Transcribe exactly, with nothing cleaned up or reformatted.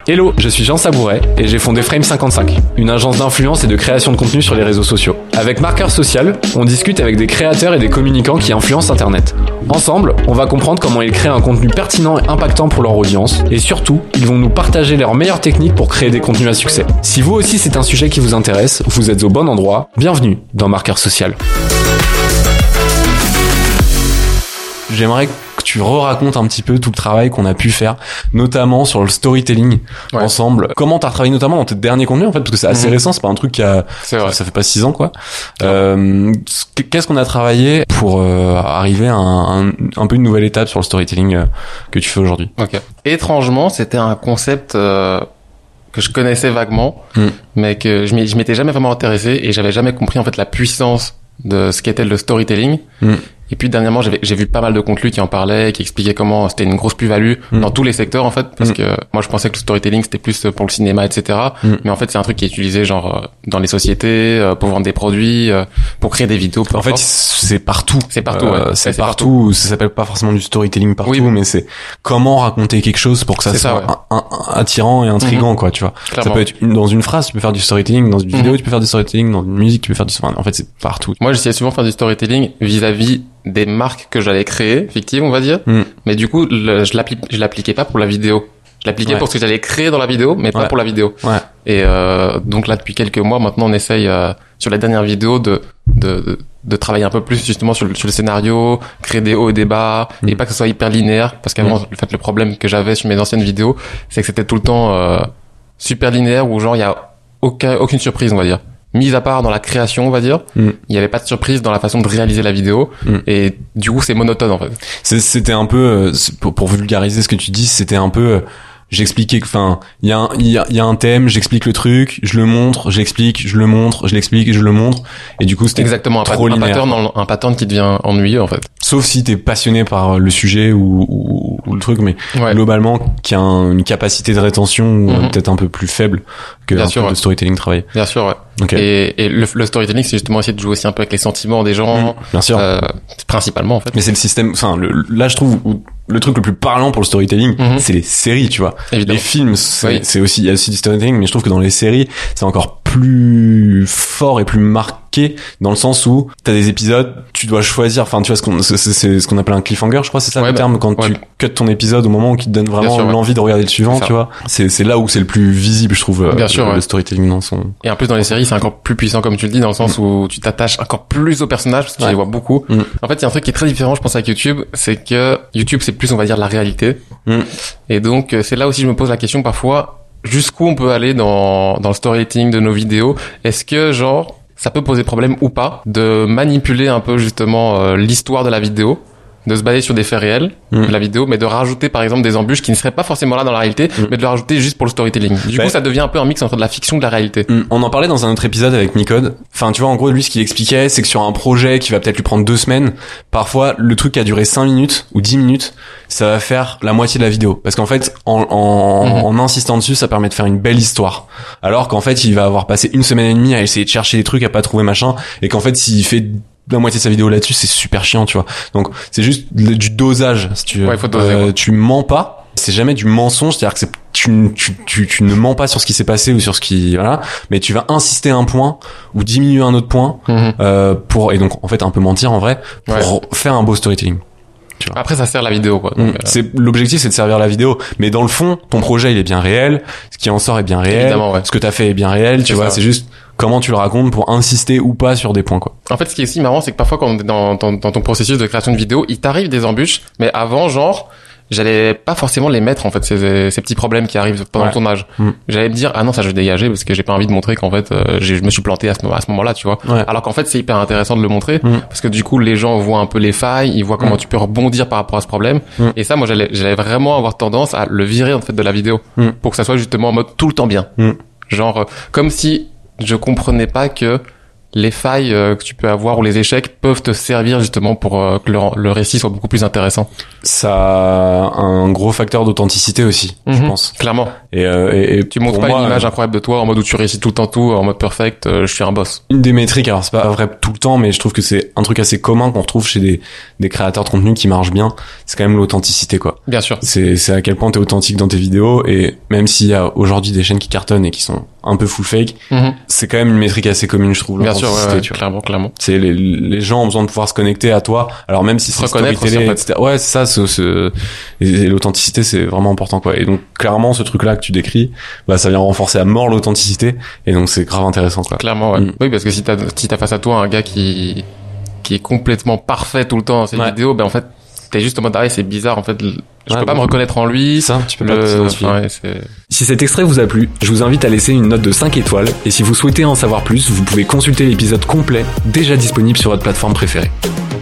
Hello, je suis Jean Sabouret et j'ai fondé Frame cinquante-cinq, une agence d'influence et de création de contenu sur les réseaux sociaux. Avec Marqueur Social, on discute avec des créateurs et des communicants qui influencent Internet. Ensemble, on va comprendre comment ils créent un contenu pertinent et impactant pour leur audience, et surtout, ils vont nous partager leurs meilleures techniques pour créer des contenus à succès. Si vous aussi c'est un sujet qui vous intéresse, vous êtes au bon endroit. Bienvenue dans Marqueur Social. J'aimerais que tu re-racontes un petit peu tout le travail qu'on a pu faire, notamment sur le storytelling ouais. ensemble. Comment t'as retravaillé notamment dans tes derniers contenus en fait, parce que c'est assez mmh. récent, c'est pas un truc qui a, ça, ça fait pas six ans quoi. Euh, qu'est-ce qu'on a travaillé pour euh, arriver à un, un, un peu une nouvelle étape sur le storytelling euh, que tu fais aujourd'hui? Ok. Étrangement, c'était un concept euh, que je connaissais vaguement, mmh. mais que je m'y, je m'étais jamais vraiment intéressé et j'avais jamais compris en fait la puissance de ce qu'était le storytelling. Mmh. Et puis dernièrement, j'ai, j'ai vu pas mal de contenus qui en parlaient, qui expliquaient comment c'était une grosse plus-value mmh. dans tous les secteurs en fait, parce mmh. que moi je pensais que le storytelling c'était plus pour le cinéma, et cetera. Mmh. Mais en fait, c'est un truc qui est utilisé genre dans les sociétés, pour vendre des produits, pour créer des vidéos. En fait, c'est partout. C'est partout. Euh, ouais. C'est, c'est partout. partout. Ça s'appelle pas forcément du storytelling partout, oui, oui. mais c'est comment raconter quelque chose pour que ça c'est soit ça, ouais. un, un, attirant et intriguant, mmh. quoi. Tu vois. Clairement. Ça peut être une, dans une phrase, tu peux faire du storytelling, dans une mmh. vidéo, tu peux faire du storytelling, dans une musique, tu peux faire du. Enfin, en fait, c'est partout. Moi, j'essayais souvent de faire du storytelling vis-à-vis des marques que j'allais créer, fictives, on va dire. Mm. Mais du coup, le, je l'applique, je l'appliquais pas pour la vidéo. Je l'appliquais ouais. pour ce que j'allais créer dans la vidéo, mais pas ouais. pour la vidéo. Ouais. Et euh, donc là, depuis quelques mois, maintenant, on essaye euh, sur la dernière vidéo de, de de de travailler un peu plus justement sur le, sur le scénario, créer des hauts et des bas, mm. et pas que ce soit hyper linéaire. Parce qu'avant, mm. en fait, le problème que j'avais sur mes anciennes vidéos, c'est que c'était tout le temps euh, super linéaire, où genre il y a aucun aucune surprise, on va dire. Mis à part dans la création, on va dire, il mm. y avait pas de surprise dans la façon de réaliser la vidéo, mm. et du coup c'est monotone en fait. C'est, c'était un peu, pour, pour vulgariser ce que tu dis, c'était un peu, j'expliquais que, enfin, il y a, il y a, il y a un thème, j'explique le truc, je le montre, j'explique, je le montre, je l'explique, je le montre, et du coup c'était exactement un, trop pat- un linéaire. pattern, un pattern qui devient ennuyeux en fait. Sauf si t'es passionné par le sujet ou, ou, ou le truc, mais ouais. globalement, qui a un, une capacité de rétention mm-hmm. peut-être un peu plus faible que Bien un sûr, peu ouais. de storytelling travaillé. Bien sûr, ouais. Okay. Et, et le, le storytelling, c'est justement essayer de jouer aussi un peu avec les sentiments des gens. Mmh, bien sûr. Euh, principalement, en fait. Mais c'est le système, enfin, le, là, je trouve, où le truc le plus parlant pour le storytelling, mmh. c'est les séries, tu vois. Évidemment. Les films, c'est, oui. c'est aussi, il y a aussi du storytelling, mais je trouve que dans les séries, c'est encore plus fort et plus marqué dans le sens où t'as des épisodes, tu dois choisir, enfin, tu vois, ce qu'on, c'est, c'est ce qu'on appelle un cliffhanger, je crois, c'est ça ouais, le bah, terme, quand ouais. tu cuts ton épisode au moment où il te donne vraiment sûr, l'envie ouais. de regarder le suivant, tu vois. C'est, c'est là où c'est le plus visible, je trouve, bien le, sûr, le ouais. storytelling dans son... Et en plus, dans les séries, c'est encore plus puissant, comme tu le dis, dans le sens mmh. où tu t'attaches encore plus aux personnages, parce que ouais. tu les vois beaucoup. Mmh. En fait, il y a un truc qui est très différent, je pense, avec YouTube, c'est que YouTube, c'est plus, on va dire, la réalité. Mmh. Et donc, c'est là aussi je me pose la question parfois, jusqu'où on peut aller dans, dans le storytelling de nos vidéos? Est-ce que, genre, ça peut poser problème ou pas de manipuler un peu, justement, euh, l'histoire de la vidéo, de se baser sur des faits réels mmh. de la vidéo, mais de rajouter par exemple des embûches qui ne seraient pas forcément là dans la réalité, mmh. mais de le rajouter juste pour le storytelling. Du bah, coup, ça devient un peu un mix entre de la fiction et de la réalité. Mmh. On en parlait dans un autre épisode avec Nicode. Enfin, tu vois, en gros, lui, ce qu'il expliquait, c'est que sur un projet qui va peut-être lui prendre deux semaines, parfois, le truc qui a duré cinq minutes ou dix minutes, ça va faire la moitié de la vidéo. Parce qu'en fait, en, en, mmh. en insistant dessus, ça permet de faire une belle histoire. Alors qu'en fait, il va avoir passé une semaine et demie à essayer de chercher des trucs, à pas trouver machin, et qu'en fait, s'il fait la moitié de sa vidéo là-dessus, c'est super chiant, tu vois. Donc c'est juste du dosage, si tu veux. Ouais, faut doser, euh, tu mens pas, c'est jamais du mensonge, c'est-à-dire que c'est, tu, tu tu tu ne mens pas sur ce qui s'est passé ou sur ce qui voilà, mais tu vas insister un point ou diminuer un autre point mm-hmm. euh, pour et donc en fait un peu mentir en vrai pour ouais. faire un beau storytelling. Tu vois. Après ça sert la vidéo quoi. Donc, mmh. euh... c'est l'objectif, c'est de servir la vidéo, mais dans le fond, ton projet il est bien réel, ce qui en sort est bien réel, évidemment, ouais. ce que t'as fait est bien réel, tu c'est vois, ça. C'est juste comment tu le racontes pour insister ou pas sur des points quoi. En fait, ce qui est aussi marrant, c'est que parfois quand on est dans, dans, dans ton processus de création de vidéo, il t'arrive des embûches, mais avant genre j'allais pas forcément les mettre en fait ces, ces petits problèmes qui arrivent pendant ouais. le tournage. Mmh. J'allais me dire ah non ça je vais dégager parce que j'ai pas envie de montrer qu'en fait euh, j'ai, je me suis planté à ce, à ce moment-là, tu vois. Ouais. Alors qu'en fait c'est hyper intéressant de le montrer mmh. parce que du coup les gens voient un peu les failles, ils voient comment mmh. tu peux rebondir par rapport à ce problème. Mmh. Et ça moi j'allais j'allais vraiment avoir tendance à le virer en fait de la vidéo mmh. pour que ça soit justement en mode tout le temps bien. Mmh. Genre euh, comme si je comprenais pas que les failles euh, que tu peux avoir ou les échecs peuvent te servir justement pour euh, que le, le récit soit beaucoup plus intéressant. Ça a un gros facteur d'authenticité aussi, mm-hmm. je pense. Clairement. Et, euh, et, et tu montres pas moi, une image euh... incroyable de toi en mode où tu réussis tout le temps tout, en mode perfect, euh, je suis un boss. Une des métriques, alors c'est pas vrai tout le temps, mais je trouve que c'est un truc assez commun qu'on retrouve chez des, des créateurs de contenu qui marchent bien, c'est quand même l'authenticité, quoi. Bien sûr. C'est, c'est à quel point t'es authentique dans tes vidéos, et même s'il y a aujourd'hui des chaînes qui cartonnent et qui sont un peu full fake, mm-hmm. c'est quand même une métrique assez commune, je trouve. Bien sûr, ouais, ouais, tu clairement, clairement. C'est les, les gens ont besoin de pouvoir se connecter à toi, alors même si c'est storytelling, et cetera. Ouais, c'est ça, c'est, c'est, et l'authenticité, c'est vraiment important, quoi. Et donc, clairement, ce truc-là que tu décris, bah, ça vient renforcer à mort l'authenticité, et donc c'est grave intéressant, quoi. Clairement, ouais. Mm. Oui, parce que si t'as, si t'as face à toi un gars qui, qui est complètement parfait tout le temps dans ses ouais. vidéos, ben, en fait, t'es juste en mode, ah, c'est bizarre, en fait, je ouais, peux pas bon. me reconnaître en lui. Ça, tu peux le... pas t'identifier. Ouais, c'est... Si cet extrait vous a plu, je vous invite à laisser une note de cinq étoiles, et si vous souhaitez en savoir plus, vous pouvez consulter l'épisode complet, déjà disponible sur votre plateforme préférée.